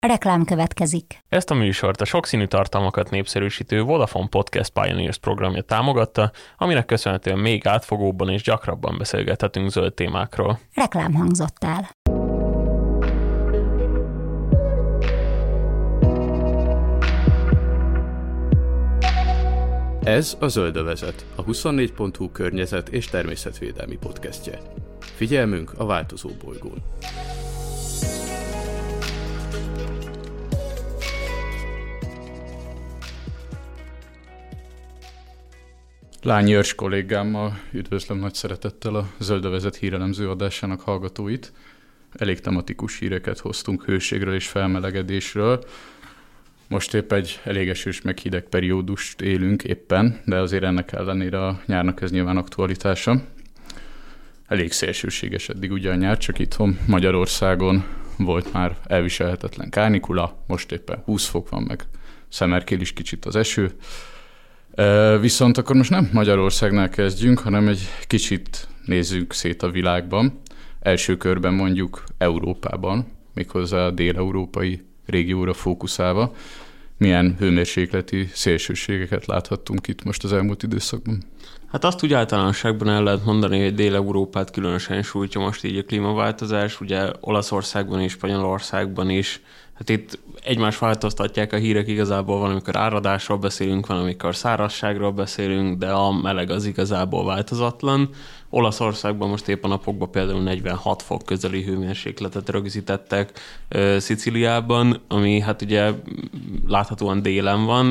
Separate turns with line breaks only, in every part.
Reklám következik.
Ezt a műsort a sokszínű tartalmakat népszerűsítő Vodafone Podcast Pioneers programja támogatta, aminek köszönhetően még átfogóbban és gyakrabban beszélgethetünk zöld témákról.
Reklám hangzott el.
Ez a Zöldövezet, a 24.hu környezet- és természetvédelmi podcastje. Figyelmünk a változó bolygón. Lányi Őrs kollégámmal üdvözlöm nagy szeretettel a Zöldövezet hírelemző adásának hallgatóit. Elég tematikus híreket hoztunk hőségről és felmelegedésről. Most épp egy elég esős meg hideg periódust élünk éppen, de azért ennek ellenére a nyárnak ez nyilván aktualitása. Elég szélsőséges eddig ugye a nyár, csak itthon Magyarországon volt már elviselhetetlen kánikula, most éppen 20 fok van, meg szemerkél is kicsit az eső. Viszont akkor most nem Magyarországnál kezdjünk, hanem egy kicsit nézzünk szét a világban. Első körben mondjuk Európában, méghozzá a dél-európai régióra fókuszálva. Milyen hőmérsékleti szélsőségeket láthattunk itt most az elmúlt időszakban?
Hát azt úgy általánosságban el lehet mondani, hogy Dél-Európát különösen sújtja most így a klímaváltozás, ugye Olaszországban és Spanyolországban is. Hát itt egymást változtatják a hírek, igazából van, amikor áradásról beszélünk, van, amikor szárazságról beszélünk, de a meleg az igazából változatlan. Olaszországban most éppen napokban például 46 fok közeli hőmérsékletet rögzítettek Szicíliában, ami hát ugye láthatóan délen van,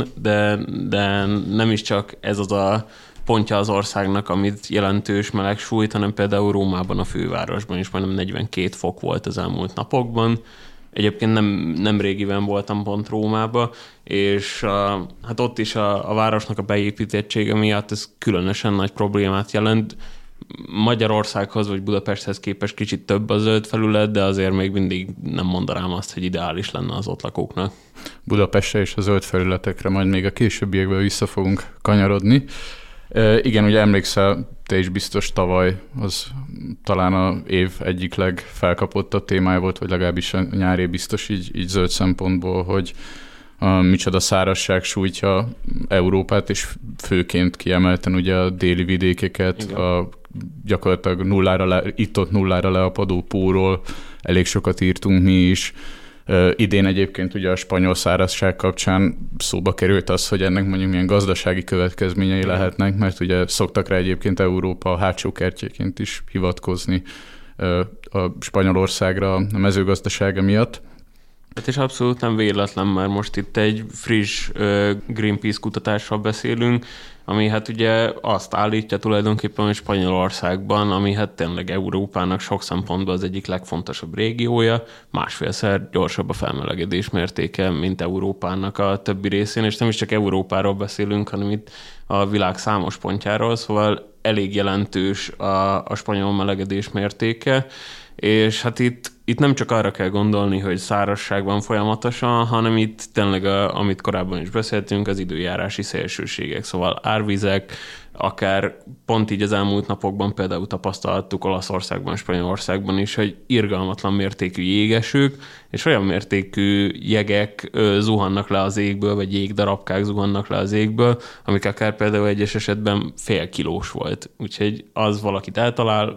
de nem is csak ez az a pontja az országnak, amit jelentős meleg sújt, hanem például Rómában, a fővárosban is majdnem 42 fok volt az elmúlt napokban. Egyébként nem régiben voltam pont Rómába, és hát ott is a városnak a beépítettsége miatt ez különösen nagy problémát jelent. Magyarországhoz vagy Budapesthez képest kicsit több a zöld felület, de azért még mindig nem mondanám azt, hogy ideális lenne az ott lakóknak.
Budapestre és a zöld felületekre majd még a későbbiekben vissza fogunk kanyarodni. Igen, ugye emlékszel, te is biztos tavaly, az talán az év egyik legfelkapottabb témája volt, vagy legalábbis a nyáré biztos így zöld szempontból, hogy micsoda szárazság sújtja Európát, és főként kiemelten ugye a déli vidékeket, gyakorlatilag itt-ott nullára leapadó póról elég sokat írtunk mi is. Idén egyébként ugye a spanyol szárazság kapcsán szóba került az, hogy ennek mondjuk milyen gazdasági következményei lehetnek, mert ugye szoktak rá egyébként Európa a hátsó kertjéként is hivatkozni a Spanyolországra a mezőgazdasága miatt.
Hát és abszolút nem véletlen, mert most itt egy friss Greenpeace kutatásról beszélünk, ami hát ugye azt állítja tulajdonképpen, hogy Spanyolországban, ami hát tényleg Európának sok szempontból az egyik legfontosabb régiója, másfélszer gyorsabb a felmelegedés mértéke, mint Európának a többi részén, és nem is csak Európáról beszélünk, hanem itt a világ számos pontjáról, szóval elég jelentős a spanyol melegedés mértéke, és hát itt nem csak arra kell gondolni, hogy szárazság van folyamatosan, hanem itt tényleg, amit korábban is beszéltünk, az időjárási szélsőségek, szóval árvizek, akár pont így az elmúlt napokban például tapasztaltuk Olaszországban, Spanyolországban is, hogy irgalmatlan mértékű jégesők, és olyan mértékű jegek zuhannak le az égből, vagy jégdarabkák zuhannak le az égből, amik akár például egyes esetben fél kilós volt. Úgyhogy az valakit eltalál,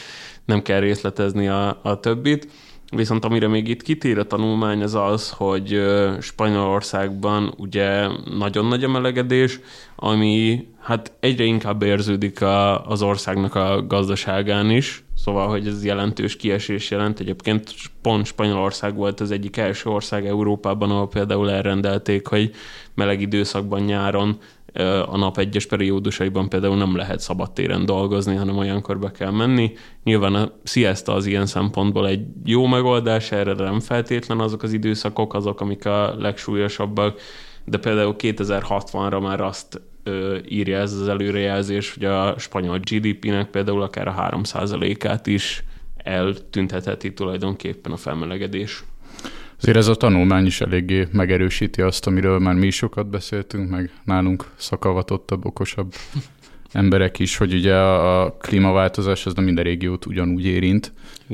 nem kell részletezni a többit. Viszont amire még itt kitér a tanulmány az, hogy Spanyolországban ugye nagyon nagy a melegedés, ami hát egyre inkább érződik az országnak a gazdaságán is, szóval, hogy ez jelentős kiesés jelent. Egyébként pont Spanyolország volt az egyik első ország Európában, ahol például elrendelték, hogy meleg időszakban nyáron a nap egyes periódusaiban például nem lehet szabadtéren dolgozni, hanem olyankor be kell menni. Nyilván a siesta az ilyen szempontból egy jó megoldás, erre nem feltétlen azok az időszakok, azok, amik a legsúlyosabbak, de például 2060-ra már azt írja ez az előrejelzés, hogy a spanyol GDP-nek például akár a 3%-át is eltüntetheti tulajdonképpen a felmelegedés.
Azért ez a tanulmány is eléggé megerősíti azt, amiről már mi is sokat beszéltünk, meg nálunk szakavatottabb, okosabb emberek is, hogy ugye a klímaváltozás az nem minden régiót ugyanúgy érint.
Igen.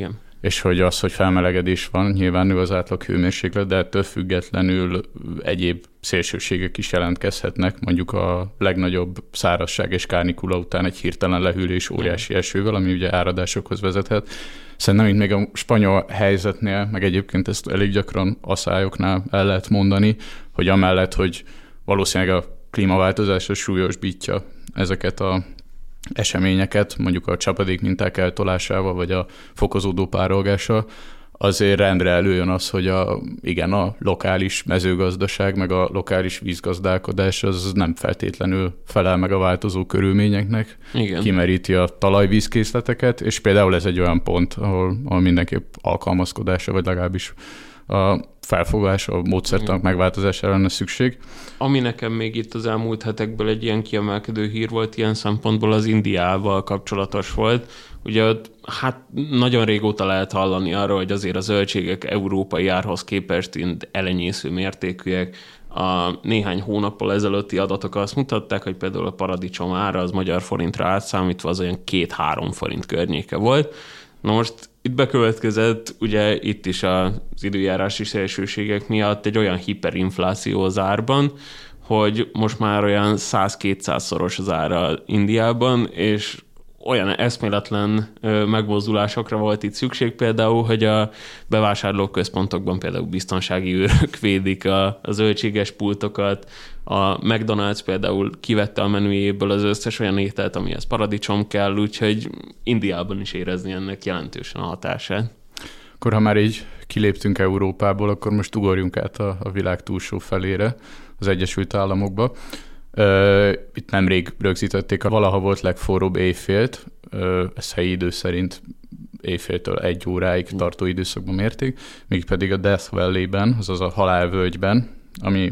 és hogy az, hogy felmelegedés van, nyilván nő az átlag hőmérséklet, de ettől függetlenül egyéb szélsőségek is jelentkezhetnek, mondjuk a legnagyobb szárazság és kánikula után egy hirtelen lehűlés óriási esővel, ami ugye áradásokhoz vezethet. Szerintem itt még a spanyol helyzetnél, meg egyébként ezt elég gyakran aszályoknál el lehet mondani, hogy amellett, hogy valószínűleg a klímaváltozás súlyosbítja ezeket a eseményeket, mondjuk a csapadék minták eltolásával, vagy a fokozódó párolgással, azért rendre előjön az, hogy a lokális mezőgazdaság, meg a lokális vízgazdálkodás az nem feltétlenül felel meg a változó körülményeknek, igen. Kimeríti a talajvízkészleteket, és például ez egy olyan pont, ahol mindenképp alkalmazkodásra, vagy legalábbis a felfogás, a módszertanak megváltozására lenne szükség.
Ami nekem még itt az elmúlt hetekből egy ilyen kiemelkedő hír volt, ilyen szempontból az Indiával kapcsolatos volt. Ugye ott nagyon régóta lehet hallani arról, hogy azért a zöldségek európai árhoz képest elenyésző mértékűek. A néhány hónappal ezelőtti adatok azt mutatták, hogy például a paradicsom ára az magyar forintra átszámítva az olyan 2-3 forint környéke volt. Na most itt bekövetkezett, ugye itt is az időjárási szélsőségek miatt egy olyan hiperinfláció az árban, hogy most már olyan 100-200-szoros az ára Indiában, és olyan eszméletlen megmozdulásokra volt itt szükség például, hogy a bevásárlóközpontokban például biztonsági őrök védik a zöldséges pultokat, a McDonald's például kivette a menüjéből az összes olyan ételt, amihez paradicsom kell, úgyhogy Indiában is érezni ennek jelentősen a hatását.
Akkor ha már így kiléptünk Európából, akkor most ugorjunk át a világ túlsó felére, az Egyesült Államokba. Itt nemrég rögzítették a valaha volt legforróbb éjfélt, ezt helyi idő szerint éjféltől 1 óráig tartó időszakban mérték, mégpedig a Death Valley-ben, azaz a halálvölgyben, ami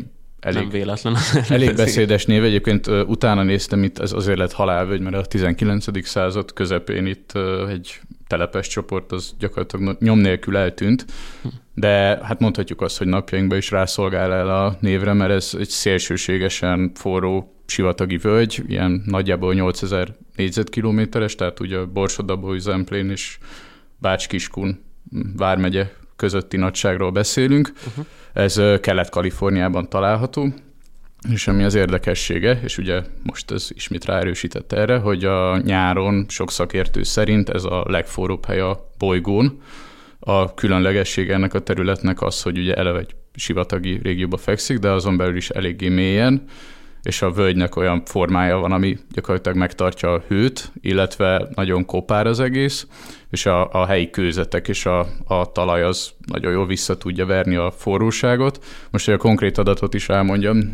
elég beszédes név. Egyébként utána néztem, itt ez azért lett halálvölgy, mert a 19. század közepén itt egy telepes csoport az gyakorlatilag nyom nélkül eltűnt, de hát mondhatjuk azt, hogy napjainkban is rászolgál el a névre, mert ez egy szélsőségesen forró sivatagi völgy, ilyen nagyjából 8000 négyzetkilométeres, tehát ugye Borsod-Abaúj, Zemplén és Bács-Kiskun vármegye közötti nagyságról beszélünk. Ez Kelet-Kaliforniában található, és ami az érdekessége, és ugye most ez ismét ráerősített erre, hogy a nyáron sok szakértő szerint ez a legforróbb hely a bolygón. A különlegesség ennek a területnek az, hogy ugye eleve egy sivatagi régióba fekszik, de azon belül is eléggé mélyen, és a völgynek olyan formája van, ami gyakorlatilag megtartja a hőt, illetve nagyon kopár az egész, és a helyi kőzetek és a talaj az nagyon jól vissza tudja verni a forróságot. Most, hogy a konkrét adatot is elmondjam,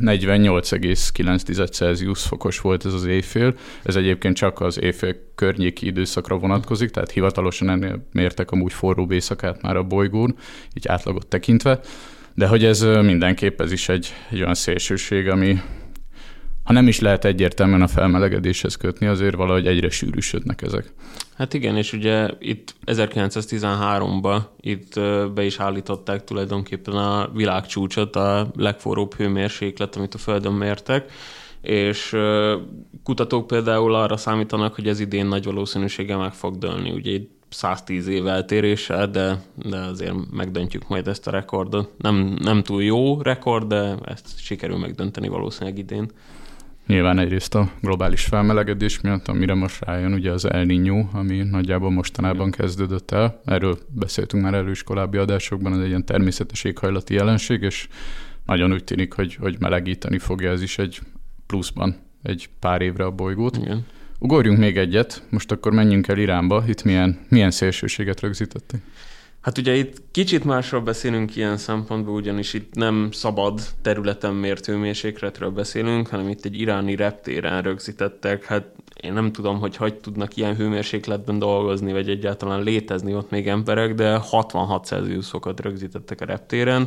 48,9 Celsius fokos volt ez az éjfél. Ez egyébként csak az éjfél környéki időszakra vonatkozik, tehát hivatalosan ennél mértek amúgy forróbb éjszakát már a bolygón, így átlagot tekintve. De hogy ez mindenképp ez is egy olyan szélsőség, ami ha nem is lehet egyértelműen a felmelegedéshez kötni, azért valahogy egyre sűrűsödnek ezek.
Hát igen, és ugye itt 1913-ban itt be is állították tulajdonképpen a világcsúcsot, a legforróbb hőmérséklet, amit a Földön mértek, és kutatók például arra számítanak, hogy ez idén nagy valószínűséggel meg fog dőlni. Ugye itt 110 év eltéréssel, de azért megdöntjük majd ezt a rekordot. Nem túl jó rekord, de ezt sikerül megdönteni valószínűleg idén.
Nyilván egyrészt a globális felmelegedés miatt, amire most rájön ugye az El Niño, ami nagyjából mostanában kezdődött el. Erről beszéltünk már is korábbi adásokban, ez egy ilyen természetes éghajlati jelenség, és nagyon úgy tűnik, hogy melegíteni fogja ez is egy pluszban egy pár évre a bolygót. Igen. Ugorjunk még egyet, most akkor menjünk el Iránba, itt milyen szélsőséget rögzítettek?
Hát ugye itt kicsit másról beszélünk ilyen szempontból, ugyanis itt nem szabad területen mért hőmérsékletről beszélünk, hanem itt egy iráni reptéren rögzítettek. Hát én nem tudom, hogy tudnak ilyen hőmérsékletben dolgozni, vagy egyáltalán létezni ott még emberek, de 66 Celsius fokot rögzítettek a reptéren.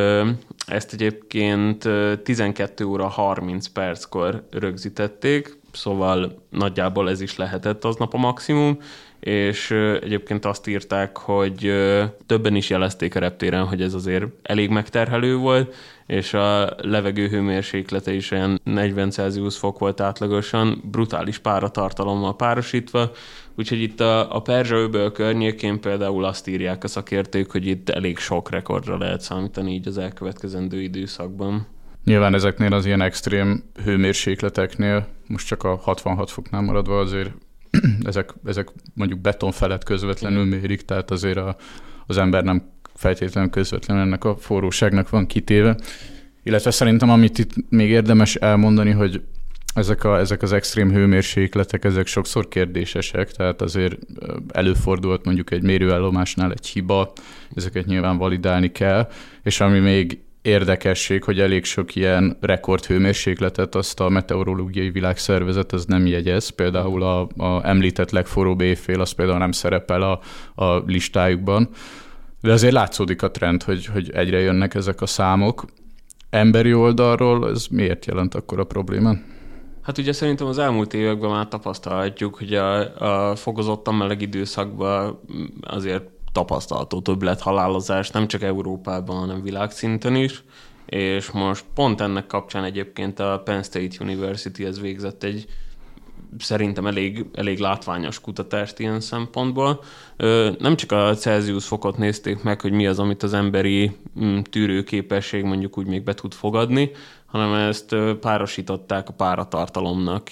Ezt egyébként 12 óra 30 perckor rögzítették. szóval nagyjából ez is lehetett aznap a maximum, és egyébként azt írták, hogy többen is jelezték a reptéren, hogy ez azért elég megterhelő volt, és a levegő hőmérséklete is olyan 40 Celsius fok volt átlagosan, brutális páratartalommal párosítva, úgyhogy itt a Perzsa-öböl környékén például azt írják a szakértők, hogy itt elég sok rekordra lehet számítani így az elkövetkezendő időszakban.
Nyilván ezeknél az ilyen extrém hőmérsékleteknél, most csak a 66 foknál maradva azért ezek mondjuk beton felett közvetlenül mérik, tehát azért az ember nem feltétlenül közvetlenül ennek a forróságnak van kitéve. Illetve szerintem, amit itt még érdemes elmondani, hogy ezek az extrém hőmérsékletek, ezek sokszor kérdésesek, tehát azért előfordulhat mondjuk egy mérőállomásnál egy hiba, ezeket nyilván validálni kell, és ami még érdekesség, hogy elég sok ilyen rekordhőmérsékletet azt a Meteorológiai Világszervezet az nem jegyez. Például a említett legforróbb évfél az például nem szerepel a listájukban. De azért látszódik a trend, hogy egyre jönnek ezek a számok. Emberi oldalról ez miért jelent akkor a problémát?
Hát ugye szerintem az elmúlt években már tapasztalhatjuk, hogy a fokozottan meleg időszakban azért tapasztalható többlethalálozás, nem csak Európában, hanem világszinten is, és most pont ennek kapcsán egyébként a Penn State University végzett egy szerintem elég látványos kutatást ilyen szempontból. Nem csak a Celsius fokot nézték meg, hogy mi az, amit az emberi tűrőképesség mondjuk úgy még be tud fogadni, hanem ezt párosították a páratartalomnak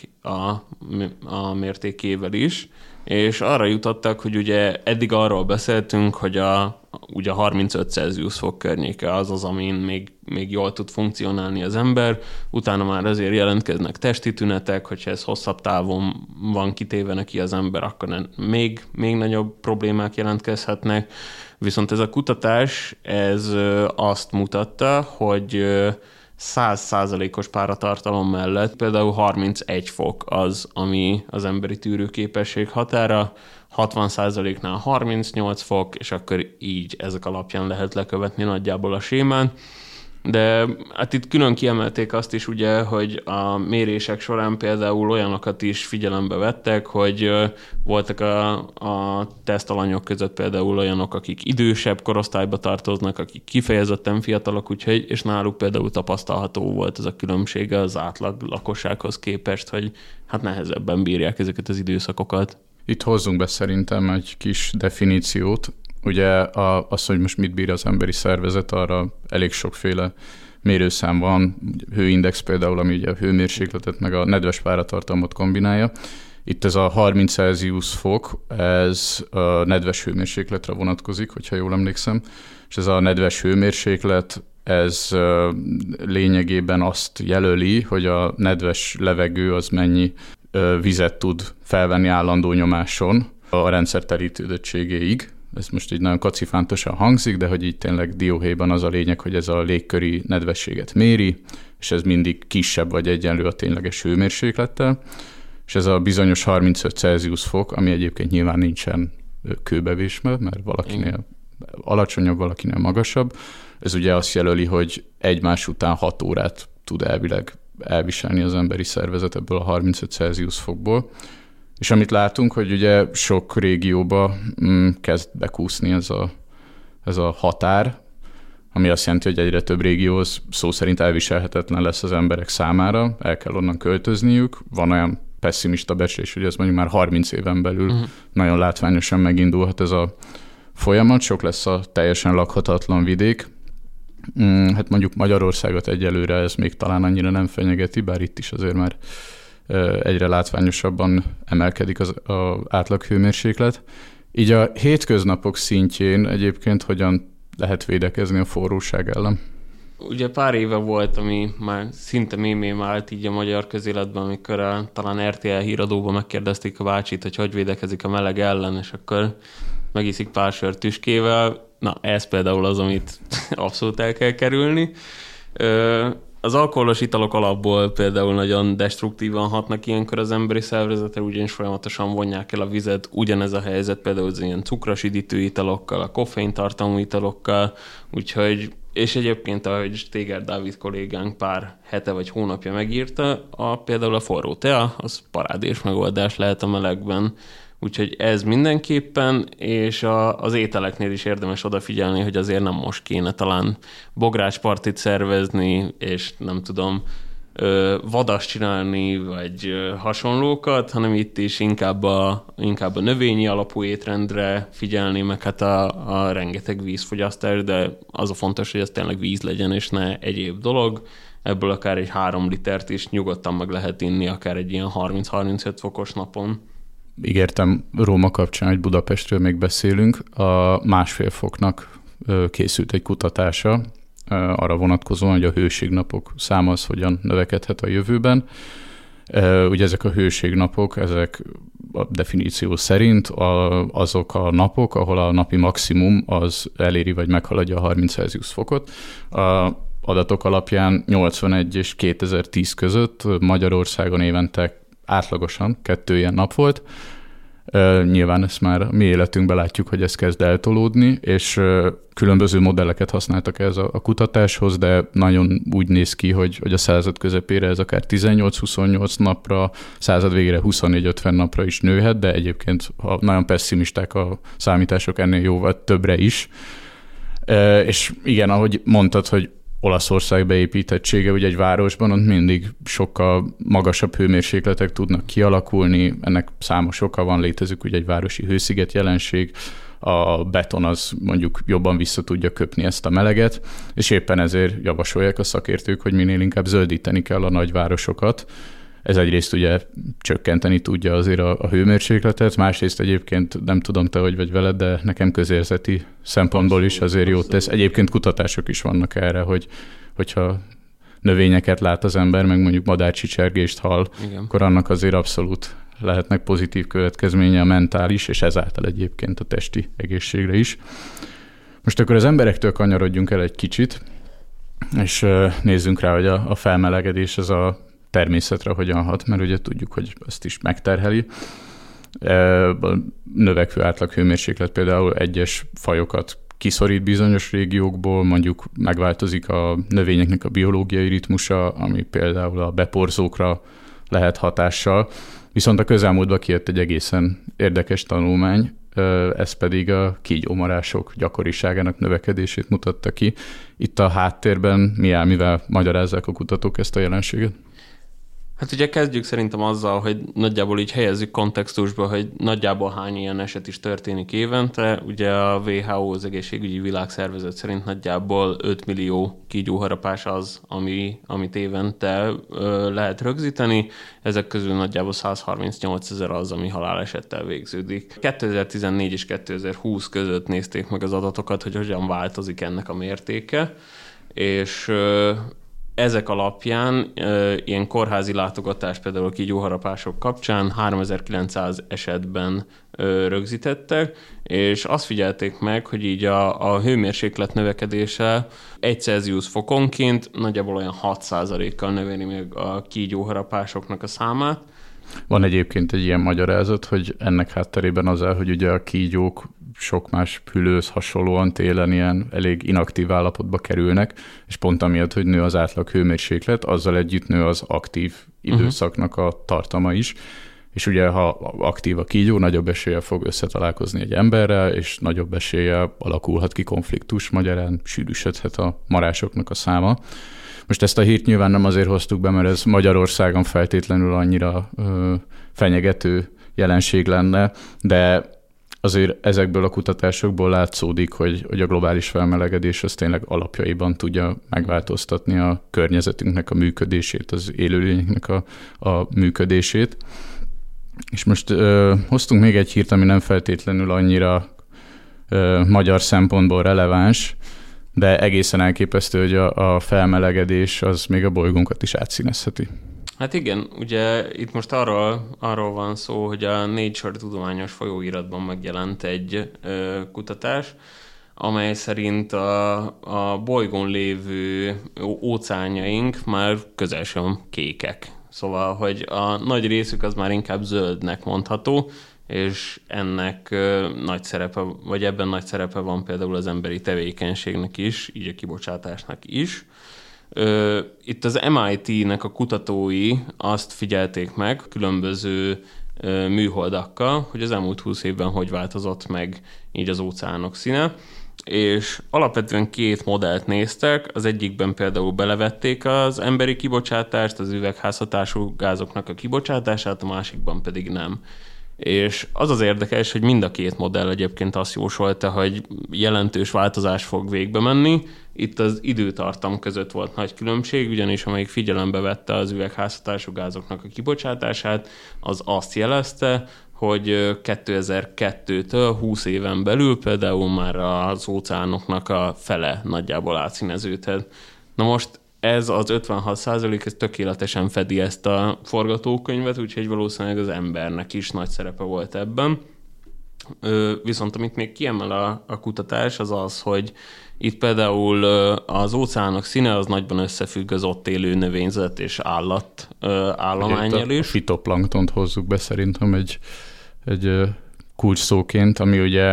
a mértékével is, és arra jutottak, hogy ugye eddig arról beszéltünk, hogy ugye 35 Celsius fok környéke az, amin még jól tud funkcionálni az ember, utána már azért jelentkeznek testi tünetek, hogyha ez hosszabb távon van kitéve neki az ember, akkor még nagyobb problémák jelentkezhetnek. Viszont ez a kutatás, ez azt mutatta, hogy 100%-os páratartalom mellett például 31 fok az, ami az emberi tűrőképesség határa, 60%-nál 38 fok, és akkor így ezek alapján lehet lekövetni nagyjából a sémán. De hát itt külön kiemelték azt is ugye, hogy a mérések során például olyanokat is figyelembe vettek, hogy voltak a tesztalanyok között például olyanok, akik idősebb korosztályba tartoznak, akik kifejezetten fiatalok, úgyhogy, és náluk például tapasztalható volt ez a különbsége az átlag lakossághoz képest, hogy hát nehezebben bírják ezeket az időszakokat.
Itt hozzunk be szerintem egy kis definíciót. Ugye az, hogy most mit bír az emberi szervezet, arra elég sokféle mérőszám van. Hőindex például, ami ugye a hőmérsékletet meg a nedves páratartalmat kombinálja. Itt ez a 30 Celsius fok, ez a nedves hőmérsékletre vonatkozik, hogyha jól emlékszem. És ez a nedves hőmérséklet, ez lényegében azt jelöli, hogy a nedves levegő az mennyi vizet tud felvenni állandó nyomáson a rendszer telítődöttségéig. Ez most így nagyon kacifántosan hangzik, de hogy így tényleg dióhéjban az a lényeg, hogy ez a légköri nedvességet méri, és ez mindig kisebb vagy egyenlő a tényleges hőmérséklettel, és ez a bizonyos 35 Celsius fok, ami egyébként nyilván nincsen kőbevésve, mert valakinél alacsonyabb, valakinél magasabb. Ez ugye azt jelöli, hogy egymás után 6 órát tud elvileg elviselni az emberi szervezet ebből a 35 Celsius fokból. És amit látunk, hogy ugye sok régióba kezd bekúszni ez a határ, ami azt jelenti, hogy egyre több régió szó szerint elviselhetetlen lesz az emberek számára, el kell onnan költözniük. Van olyan pessimista becslés, hogy ez mondjuk már 30 éven belül nagyon látványosan megindulhat ez a folyamat, sok lesz a teljesen lakhatatlan vidék. Hát mondjuk Magyarországot egyelőre ez még talán annyira nem fenyegeti, bár itt is azért már egyre látványosabban emelkedik az átlag hőmérséklet. Így a hétköznapok szintjén egyébként hogyan lehet védekezni a forróság ellen?
Ugye pár éve volt, ami már szinte mémé vált így a magyar közéletben, amikor talán RTL híradóban megkérdezték a bácsit, hogy védekezik a meleg ellen, és akkor megiszik pár sört tüskével. Na, ez például az, amit abszolút el kell kerülni. Az alkoholos italok alapból például nagyon destruktívan hatnak ilyenkor az emberi szervezetre, ugyanis folyamatosan vonják el a vizet. Ugyanez a helyzet például az ilyen cukros üdítő italokkal, a koffeintartalmú italokkal, úgyhogy És egyébként, ahogy Stéger Dávid kollégánk pár hete vagy hónapja megírta, például a forró tea, az parádés megoldás lehet a melegben. Úgyhogy ez mindenképpen, és az ételeknél is érdemes odafigyelni, hogy azért nem most kéne talán bográcspartit szervezni, és nem tudom, vadas csinálni, vagy hasonlókat, hanem itt is inkább a növényi alapú étrendre figyelni, meg hát a rengeteg vízfogyasztás, de az a fontos, hogy ez tényleg víz legyen, és ne egyéb dolog. Ebből akár egy 3 litert is nyugodtan meg lehet inni, akár egy ilyen 30-35 fokos napon.
Ígértem Róma kapcsán, hogy Budapestről még beszélünk. A 1,5 foknak készült egy kutatása, arra vonatkozóan, hogy a hőségnapok száma az hogyan növekedhet a jövőben. Ugye ezek a hőségnapok, ezek a definíció szerint azok a napok, ahol a napi maximum az eléri vagy meghaladja a 30 Celsius fokot. A adatok alapján 81 és 2010 között Magyarországon évente átlagosan 2 ilyen nap volt. Nyilván ezt már mi életünkben látjuk, hogy ez kezd eltolódni, és különböző modelleket használtak ez a kutatáshoz, de nagyon úgy néz ki, hogy a század közepére ez akár 18-28 napra, század végére 24-50 napra is nőhet, de egyébként ha nagyon pessimisták a számítások, ennél jóval többre is. És igen, ahogy mondtad, hogy Olaszország beépítettsége, ugye egy városban ott mindig sokkal magasabb hőmérsékletek tudnak kialakulni, ennek számos oka van, létezik ugye egy városi hősziget jelenség, a beton az mondjuk jobban vissza tudja köpni ezt a meleget, és éppen ezért javasolják a szakértők, hogy minél inkább zöldíteni kell a nagyvárosokat. Ez egyrészt ugye csökkenteni tudja azért a hőmérsékletet, másrészt egyébként nem tudom te, hogy vagy veled, de nekem közérzeti szempontból is azért jót tesz. Egyébként kutatások is vannak erre, hogyha növényeket lát az ember, meg mondjuk madárcsicsergést hall, igen, akkor annak azért abszolút lehetnek pozitív következménye a mentális, és ezáltal egyébként a testi egészségre is. Most akkor az emberektől kanyarodjunk el egy kicsit, és nézzünk rá, hogy a felmelegedés az a természetre hogyan hat, mert ugye tudjuk, hogy azt is megterheli. A növekvő átlag hőmérséklet például egyes fajokat kiszorít bizonyos régiókból, mondjuk megváltozik a növényeknek a biológiai ritmusa, ami például a beporzókra lehet hatással. Viszont a közelmúltban kijött egy egészen érdekes tanulmány, ez pedig a kígyómarások gyakoriságának növekedését mutatta ki. Itt a háttérben mivel magyarázzák a kutatók ezt a jelenséget?
Hát ugye kezdjük szerintem azzal, hogy nagyjából így helyezzük kontextusba, hogy nagyjából hány ilyen eset is történik évente. Ugye a WHO, az Egészségügyi Világszervezet szerint nagyjából 5 millió kígyóharapás az, amit évente lehet rögzíteni. Ezek közül nagyjából 138 000 az, ami halálesettel végződik. 2014 és 2020 között nézték meg az adatokat, hogy hogyan változik ennek a mértéke, és ezek alapján ilyen kórházi látogatás például a kígyóharapások kapcsán 3900 esetben rögzítettek, és azt figyelték meg, hogy így a hőmérséklet növekedése 1 Celsius fokonként nagyjából olyan 6%-kal növeli meg a kígyóharapásoknak a számát.
Van egyébként egy ilyen magyarázat, hogy ennek hátterében az áll, hogy ugye a kígyók sok más hüllőhöz hasonlóan télen ilyen elég inaktív állapotba kerülnek, és pont amiatt, hogy nő az átlag hőmérséklet, azzal együtt nő az aktív időszaknak a tartama is, és ugye ha aktív a kígyó, nagyobb eséllyel fog összetalálkozni egy emberrel, és nagyobb eséllyel alakulhat ki konfliktus, magyarán sűrűsödhet a marásoknak a száma. Most ezt a hírt nyilván nem azért hoztuk be, mert ez Magyarországon feltétlenül annyira fenyegető jelenség lenne, de azért ezekből a kutatásokból látszódik, hogy a globális felmelegedés az tényleg alapjaiban tudja megváltoztatni a környezetünknek a működését, az élőlényeknek a működését. És most hoztunk még egy hírt, ami nem feltétlenül annyira magyar szempontból releváns, de egészen elképesztő, hogy a felmelegedés az még a bolygónkat is átszínezheti.
Hát igen, ugye itt most arról van szó, hogy a Nature tudományos folyóiratban megjelent egy kutatás, amely szerint a bolygón lévő óceánjaink már közel sem kékek. Szóval, hogy a nagy részük az már inkább zöldnek mondható, és ennek nagy szerepe, vagy ebben nagy szerepe van például az emberi tevékenységnek is, így a kibocsátásnak is. Itt az MIT-nek a kutatói azt figyelték meg különböző műholdakkal, hogy az elmúlt 20 évben hogy változott meg így az óceánok színe, és alapvetően 2 modellt néztek, az egyikben például belevették az emberi kibocsátást, az üvegházhatású gázoknak a kibocsátását, a másikban pedig nem. És az az érdekes, hogy mind a 2 modell egyébként azt jósolta, hogy jelentős változás fog végbe menni. Itt az időtartam között volt nagy különbség, ugyanis amelyik figyelembe vette az üvegházhatású gázoknak a kibocsátását, az azt jelezte, hogy 2002-től 20 éven belül például már az óceánoknak a fele nagyjából átszíneződhet. Na most ez az 56%, ez tökéletesen fedi ezt a forgatókönyvet, úgyhogy valószínűleg az embernek is nagy szerepe volt ebben. Viszont amit még kiemel a kutatás, az az, hogy itt például az óceánok színe az nagyban összefügg az ott élő növényzet és állománnyal is.
A fitoplanktont hozzuk be szerintem egy kulcsszóként, ami ugye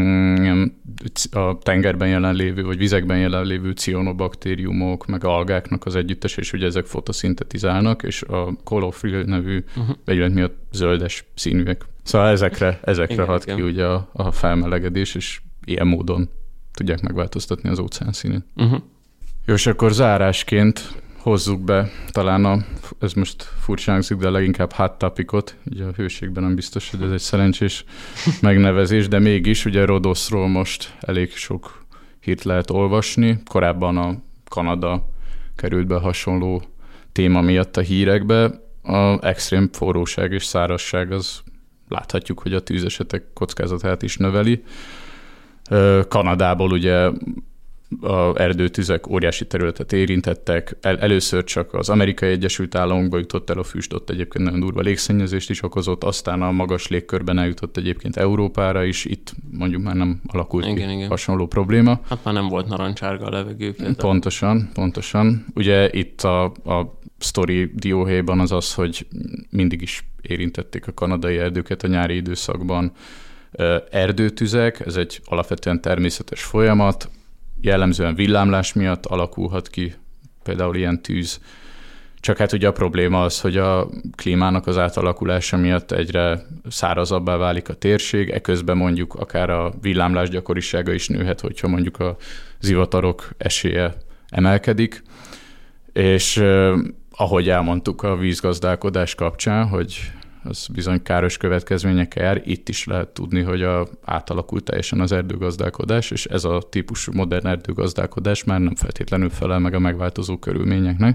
a tengerben jelenlévő, vagy vizekben jelenlévő cianobaktériumok, meg algáknak az együttes, és ugye ezek fotoszintetizálnak, és a klorofil nevű vegyület miatt zöldes színűek. Szóval ezekre hat ki ugye a felmelegedés, és ilyen módon tudják megváltoztatni az óceán színét. Jó, és akkor zárásként hozzuk be talán ez most furcsán hangzik, de leginkább hot topicot, ugye a hőségben nem biztos, hogy ez egy szerencsés megnevezés, de mégis ugye Rodosról most elég sok hírt lehet olvasni. Korábban a Kanada került be hasonló téma miatt a hírekbe. A extrém forróság és szárazság az láthatjuk, hogy a tűzesetek kockázatát is növeli. Kanadából ugye az erdőtüzek óriási területet érintettek. Először csak az Amerikai Egyesült Államokba jutott el a füst, ott egyébként nagyon durva légszennyezést is okozott, aztán a magas légkörben eljutott egyébként Európára is, itt mondjuk már nem alakult ki hasonló probléma.
Hát már nem volt narancsárga a levegő például.
Pontosan. Ugye itt a sztori dióhéjban az, hogy mindig is érintették a kanadai erdőket a nyári időszakban. Erdőtüzek, ez egy alapvetően természetes folyamat, jellemzően villámlás miatt alakulhat ki például ilyen tűz. Csak hát ugye a probléma az, hogy a klímának az átalakulása miatt egyre szárazabbá válik a térség, eközben mondjuk akár a villámlás gyakorisága is nőhet, hogyha mondjuk a zivatarok esélye emelkedik. És ahogy elmondtuk a vízgazdálkodás kapcsán, hogy az bizony káros következményekkel jár. Itt is lehet tudni, hogy átalakult teljesen az erdőgazdálkodás, és ez a típusú modern erdőgazdálkodás már nem feltétlenül felel meg a megváltozó körülményeknek.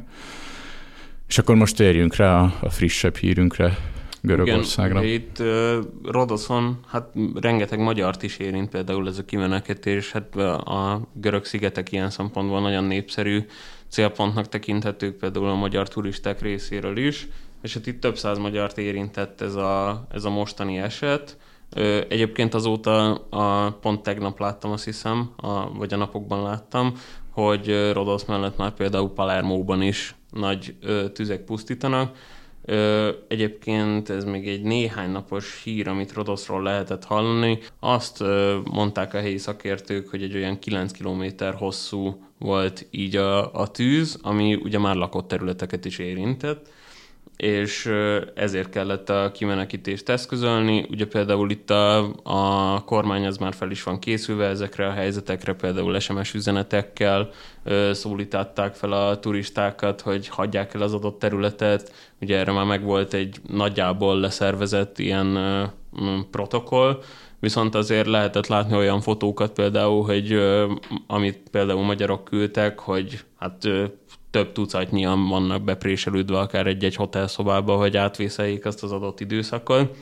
És akkor most térjünk rá a frissebb hírünkre, Görögországra.
Igen, itt Rodoszon, hát rengeteg magyart is érint például ez a kimenekítés, hát a görög szigetek ilyen szempontból nagyon népszerű célpontnak tekinthetők például a magyar turisták részéről is, és hát itt több száz magyart érintett ez a mostani eset. Egyébként azóta pont tegnap láttam, azt hiszem, vagy a napokban láttam, hogy Rodosz mellett már például Palermóban is nagy tüzek pusztítanak. Egyébként ez még egy néhány napos hír, amit Rodoszról lehetett hallani. Azt mondták a helyi szakértők, hogy egy olyan 9 kilométer hosszú volt így a tűz, ami ugye már lakott területeket is érintett, és ezért kellett a kimenekítést eszközölni. Ugye például itt a kormány az már fel is van készülve ezekre a helyzetekre, például SMS üzenetekkel szólították fel a turistákat, hogy hagyják el az adott területet. Ugye erre már megvolt egy nagyjából leszervezett ilyen protokoll, viszont azért lehetett látni olyan fotókat például, hogy amit például magyarok küldtek, hogy hát több tucatnyian vannak bepréselődve akár egy-egy hotelszobába, hogy átvészeljék azt az adott időszakot.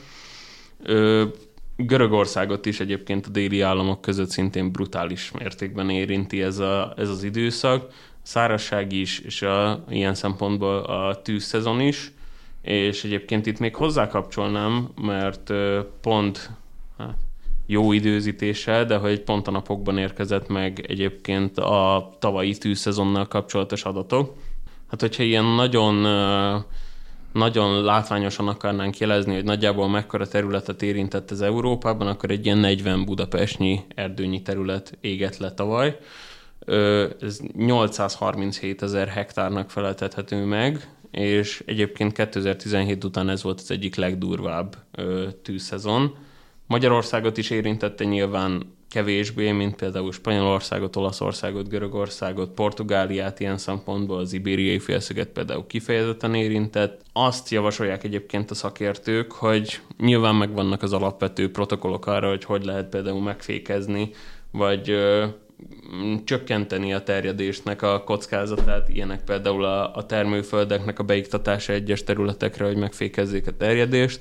Görögországot is egyébként a déli államok között szintén brutális mértékben érinti ez az időszak. Szárazság is, és ilyen szempontból a tűzszezon is. És egyébként itt még hozzákapcsolnám, mert pont jó időzítéssel, de hogy pont a napokban érkezett meg egyébként a tavalyi tűzszezonnal kapcsolatos adatok. Hát hogyha ilyen nagyon nagyon látványosan akarnánk jelezni, hogy nagyjából mekkora területet érintett ez Európában, akkor egy ilyen 40 budapestnyi erdőnyi terület égett le tavaly. Ez 837 000 hektárnak feleltethető meg, és egyébként 2017 után ez volt az egyik legdurvább tűzszezon. Magyarországot is érintette nyilván kevésbé, mint például Spanyolországot, Olaszországot, Görögországot, Portugáliát ilyen szempontból, az Ibériai-félsziget például kifejezetten érintett. Azt javasolják egyébként a szakértők, hogy nyilván megvannak az alapvető protokollok arra, hogy lehet például megfékezni, vagy csökkenteni a terjedésnek a kockázatát, ilyenek például a termőföldeknek a beiktatása egyes területekre, hogy megfékezzék a terjedést.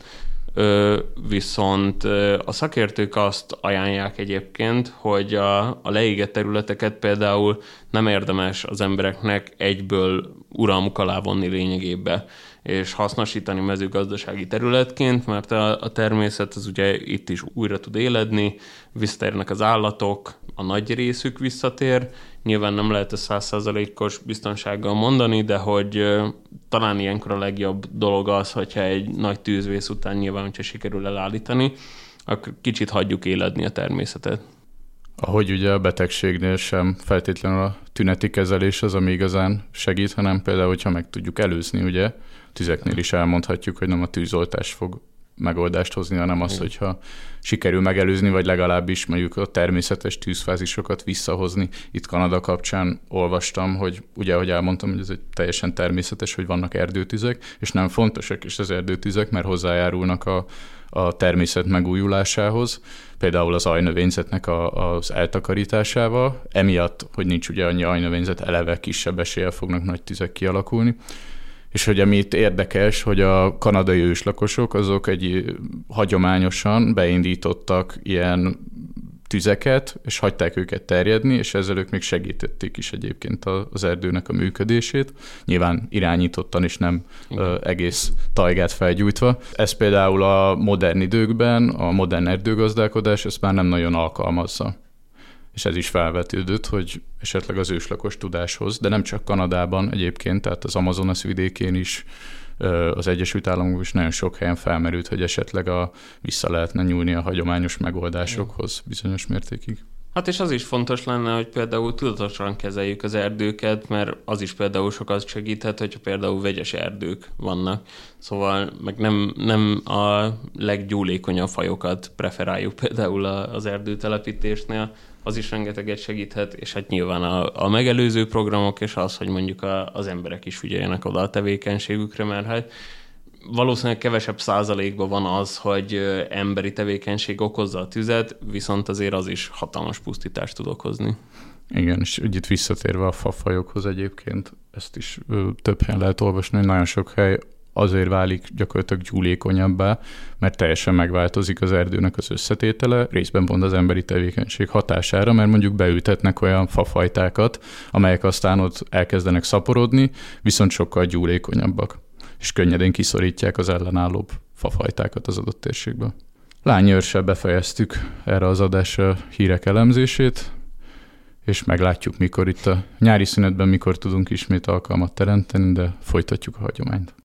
Viszont a szakértők azt ajánlják egyébként, hogy a leégett területeket például nem érdemes az embereknek egyből uralmuk alá vonni lényegébe, és hasznosítani mezőgazdasági területként, mert a természet az ugye itt is újra tud éledni, visszatérnek az állatok, a nagy részük visszatér. Nyilván nem lehet ezt 100%-os biztonsággal mondani, de hogy talán ilyenkor a legjobb dolog az, hogyha egy nagy tűzvész után nyilván, hogyha sikerül elállítani, akkor kicsit hagyjuk éledni a természetet.
Ahogy ugye a betegségnél sem feltétlenül a tüneti kezelés az, ami igazán segít, hanem például, hogyha meg tudjuk előzni, ugye, tüzeknél is elmondhatjuk, hogy nem a tűzoltás fog megoldást hozni, hanem az, hogyha sikerül megelőzni, vagy legalábbis mondjuk a természetes tűzfázisokat visszahozni. Itt Kanada kapcsán olvastam, hogy ugye, ahogy elmondtam, hogy ez egy teljesen természetes, hogy vannak erdőtüzek, és nem fontosak is az erdőtüzek, mert hozzájárulnak a természet megújulásához, például az ajnövényzetnek az eltakarításával, emiatt, hogy nincs ugye annyi ajnövényzet, eleve kisebb eséllyel fognak nagy tüzek kialakulni. És hogy ami itt érdekes, hogy a kanadai őslakosok azok hagyományosan beindítottak ilyen tüzeket, és hagyták őket terjedni, és ezzel ők még segítették is egyébként az erdőnek a működését. Nyilván irányítottan és nem egész tajgát felgyújtva. Ez például a modern időkben, a modern erdőgazdálkodás ezt már nem nagyon alkalmazza. És ez is felvetődött, hogy esetleg az őslakos tudáshoz, de nem csak Kanadában egyébként, tehát az Amazonas vidékén is, az Egyesült Államokban is nagyon sok helyen felmerült, hogy esetleg vissza lehetne nyúlni a hagyományos megoldásokhoz bizonyos mértékig.
Hát és az is fontos lenne, hogy például tudatosan kezeljük az erdőket, mert az is például sokat segíthet, hogyha például vegyes erdők vannak. Szóval meg nem a leggyúlékonyabb fajokat preferáljuk például az erdőtelepítésnél, az is rengeteget segíthet, és hát nyilván a megelőző programok, és az, hogy mondjuk az emberek is figyeljenek oda a tevékenységükre, mert hát valószínűleg kevesebb százalékban van az, hogy emberi tevékenység okozza a tüzet, viszont azért az is hatalmas pusztítást tud okozni.
Igen, és itt visszatérve a fafajokhoz egyébként, ezt is több helyen lehet olvasni, hogy nagyon sok hely azért válik gyakorlatilag gyúlékonyabbá, mert teljesen megváltozik az erdőnek az összetétele, részben pont az emberi tevékenység hatására, mert mondjuk beültetnek olyan fafajtákat, amelyek aztán ott elkezdenek szaporodni, viszont sokkal gyúlékonyabbak, és könnyedén kiszorítják az ellenállóbb fafajtákat az adott térségből. Lányi Őrssel befejeztük erre az adásra hírek elemzését, és meglátjuk, mikor itt a nyári szünetben mikor tudunk ismét alkalmat teremteni, de folytatjuk a hagyományt.